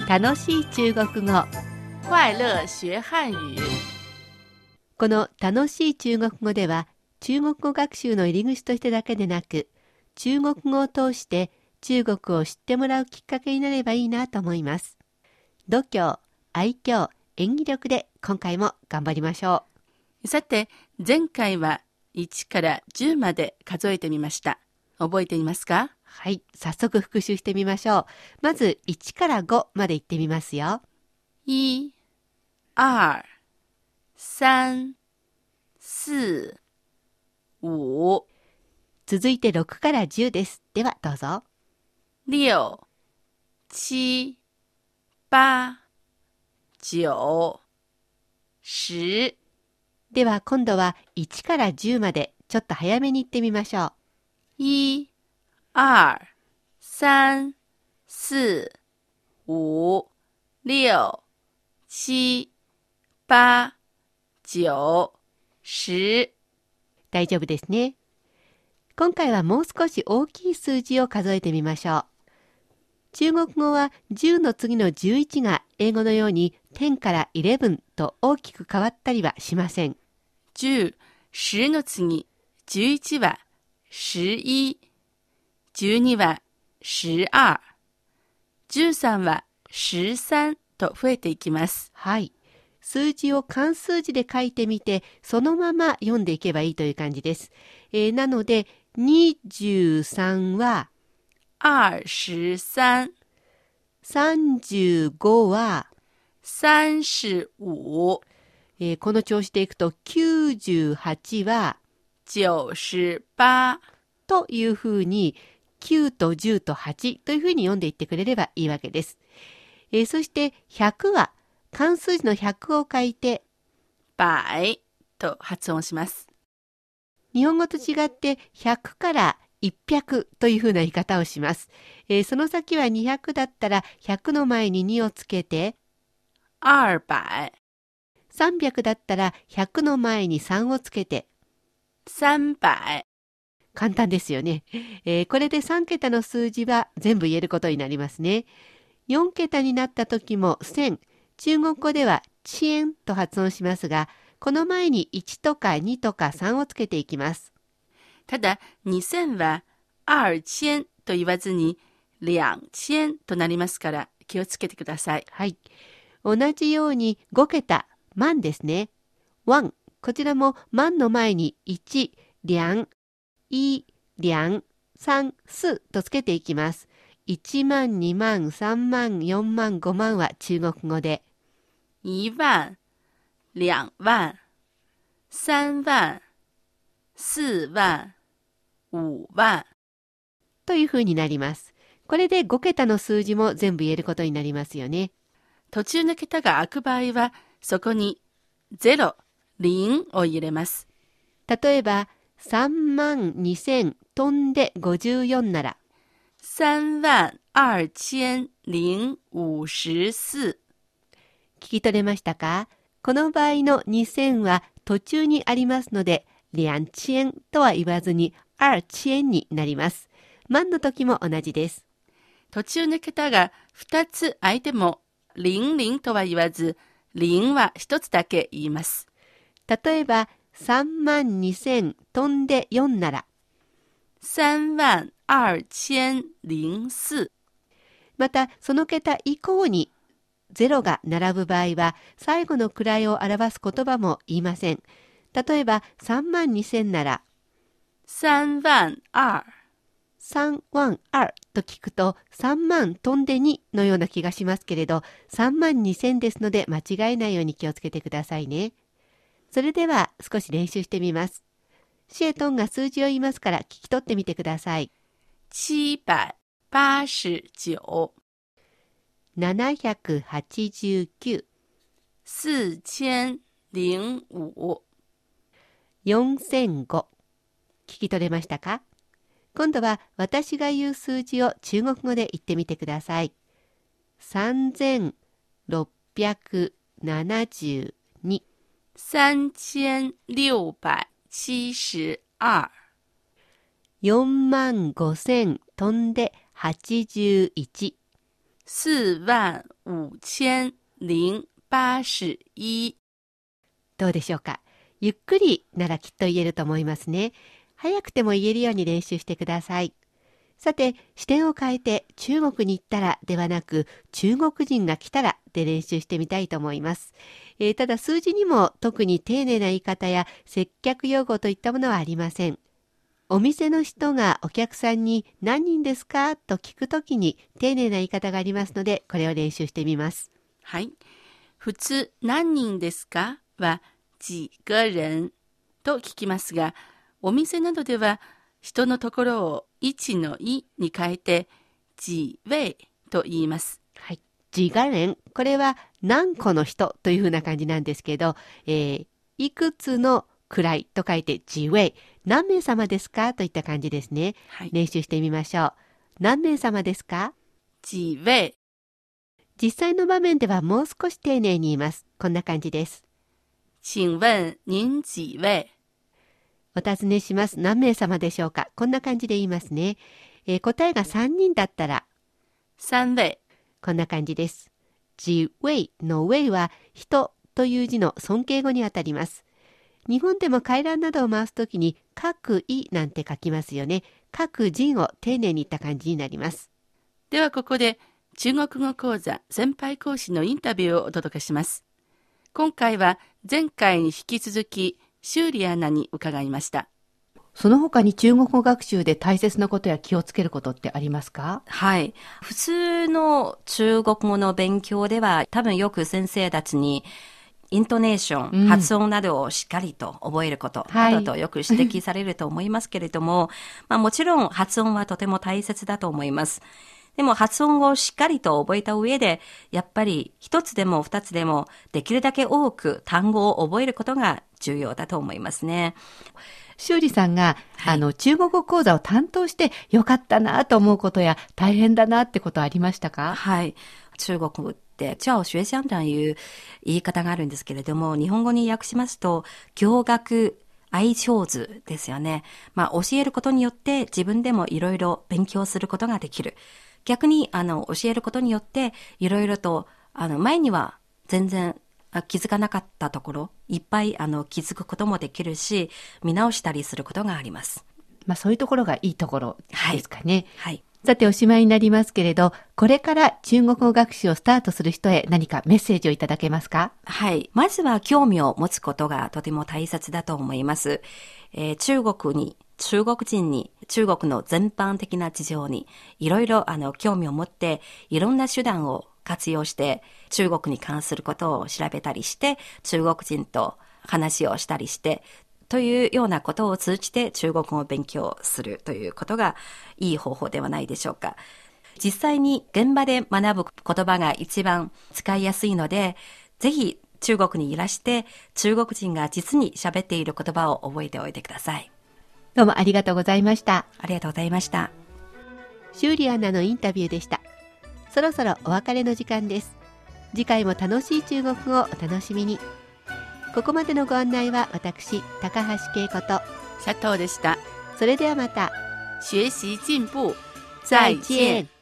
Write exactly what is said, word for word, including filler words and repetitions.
楽しい中国語。 快乐学汉语。 この楽しい中国語では、中国語学習の入り口としてだけでなく、中国語を通して中国を知ってもらうきっかけになればいいなと思います。度胸、愛嬌、演技力で今回も頑張りましょう。さて、前回はいちからじゅうまで数えてみました。覚えていますか？ はい、早速復習してみましょう。まずいちからごまで言ってみますよ。 い、二、三、四、五。 続いてろくからじゅうです。ではどうぞ。 六、七、八、九、十。 では今度はいちからじゅうまでちょっと早めに言ってみましょう。 一、二、三、四、五、六、七、八、九、十。 大丈夫ですね。今回はもう少し大きい数字を数えてみましょう。中国語はじゅうの次のじゅういちが英語のようにじゅうからじゅういちと大きく変わったりはしません。 じゅう、じゅうの次、じゅういちはじゅういち、じゅうにはじゅうに、じゅうさんはじゅうさんと増えていきます。 はい。数字を漢数字で書いてみて、そのまま読んでいけばいいという感じです。えー、なので、にじゅうさんは、 二十三、 さんじゅうごは、 三十五、 えー、この調子でいくときゅうじゅうはちは、 九十八というふうに、きゅうとじゅうとはちというふうに読んでいってくれればいいわけです。えー、そしてひゃくは、漢数字のひゃくを書いて、 百と発音します。 日本語と違ってひゃくからいちびゃくというふうな言い方をします。えー、その先はにひゃくだったらひゃくの前ににをつけて、 二百。 さんびゃくだったらひゃくの前にさんをつけて、 三百。 簡単ですよね。えー、これでさん桁の数字は全部言えることになりますね。よん桁になった時も千、中国語では遅延と発音しますが、この前にいちとかにとかさんをつけていきます。 ただ、にせんは二千と言わずに两千となりますから気をつけてください。 はい。同じようにご桁、万ですね。万、こちらも万の前にいち、両、い、両、三、四とつけていきます。いちまん、にまん、さんまん、よんまん、ごまんは中国語で。 一万、两万、三万、四万、五万。 というふうになります。これでご桁の数字も全部言えることになりますよね。 途中の桁が空く場合は、そこにゼロ、零を入れます。 例えば、さんまんにせん飛んでごじゅうよんなら、 三万二千零五十四。 聞き取れましたか？この場合のにせんは途中にありますので、两千とは言わずに二千になります。万の時も同じです。 途中の桁がふたつ空いても、零零とは言わず、零はひとつだけ言います。 例えば、さんまんにせん飛んでよんなら、 三万二千零四。 また、その桁以降にゼロが並ぶ場合は、最後の位を表す言葉も言いません。例えば、さんまんにせんなら、 三万二。 三万二と聞くと、さんまん飛んでにのような気がしますけれど、さんまんにせんですので間違えないように気をつけてくださいね。それでは少し練習してみます。シエトンが数字を言いますから聞き取ってみてください。 七百八十九。 ななひゃくはちじゅうきゅう。 四千零五。 よんせんご。聞き取れましたか？今度は私が言う数字を中国語で言ってみてください。さんぜんろっぴゃくななじゅうに。 三千六百七十二。 よんまんごせん飛んではちじゅういち。 四万五千零八十一。 どうでしょうか。ゆっくりならきっと言えると思いますね。早くても言えるように練習してください。さて、視点を変えて中国に行ったらではなく、中国人が来たらで練習してみたいと思います。えー、ただ数字にも特に丁寧な言い方や接客用語といったものはありません。お店の人がお客さんに何人ですかと聞くときに丁寧な言い方がありますので、これを練習してみます。 はい。普通何人ですかは几个人と聞きますが、お店などでは人のところを一のいに変えて几位と言います。 はい。几个人、これは何個の人というふうな感じなんですけど、えー、いくつの位と書いて几位、何名様ですかといった感じですね。 はい、 練習してみましょう。何名様ですか？ 几位。 実際の場面ではもう少し丁寧に言います。こんな感じです。 請問您几位？ お尋ねします。何名様でしょうか？こんな感じで言いますね。えー、答えがさんにんだったら、 三位。 こんな感じです。几位の位は人という字の尊敬語にあたります。日本でも回覧などを回すときに各位なんて書きますよね。各人を丁寧に言った感じになります。 ではここで中国語講座先輩講師のインタビューをお届けします。今回は前回に引き続き修理アナに伺いました。 その他に中国語学習で大切なことや気をつけることってありますか？ はい。普通の中国語の勉強では多分よく先生たちにイントネーション、うん、発音などをしっかりと覚えることなどとよく指摘されると思いますけれども、まあもちろん発音はとても大切だと思います。でも発音をしっかりと覚えた上で、やっぱり一つでも二つでもできるだけ多く単語を覚えることが重要だと思いますね。 修理さんが、はい、あの中国語講座を担当してよかったなと思うことや大変だなってことありましたか？ はい。中国語って教学相長という言い方があるんですけれども、日本語に訳しますと教学愛上手ですよね。まあ教えることによって自分でもいろいろ勉強することができる。逆にあの教えることによっていろいろとあの前には全然気づかなかったところいっぱいあの気づくこともできるし、見直したりすることがあります。 まあそういうところがいいところですかね。 はい。はい、 さておしまいになりますけれど、これから中国語学習をスタートする人へ何かメッセージをいただけますか？ はい。まずは興味を持つことがとても大切だと思います。えー、中国に中国人に中国の全般的な事情にいろいろあの興味を持っていろんな手段を活用して中国に関することを調べたりして中国人と話をしたりしてというようなことを通じて中国語を勉強するということがいい方法ではないでしょうか。実際に現場で学ぶ言葉が一番使いやすいので、ぜひ中国にいらして中国人が実に喋っている言葉を覚えておいてください。 どうもありがとうございました。 ありがとうございました。 修理アナのインタビューでした。そろそろお別れの時間です。次回も楽しい中国語をお楽しみに。ここまでのご案内は私、高橋恵子と佐藤でした。 それではまた。 学習進步。 再見。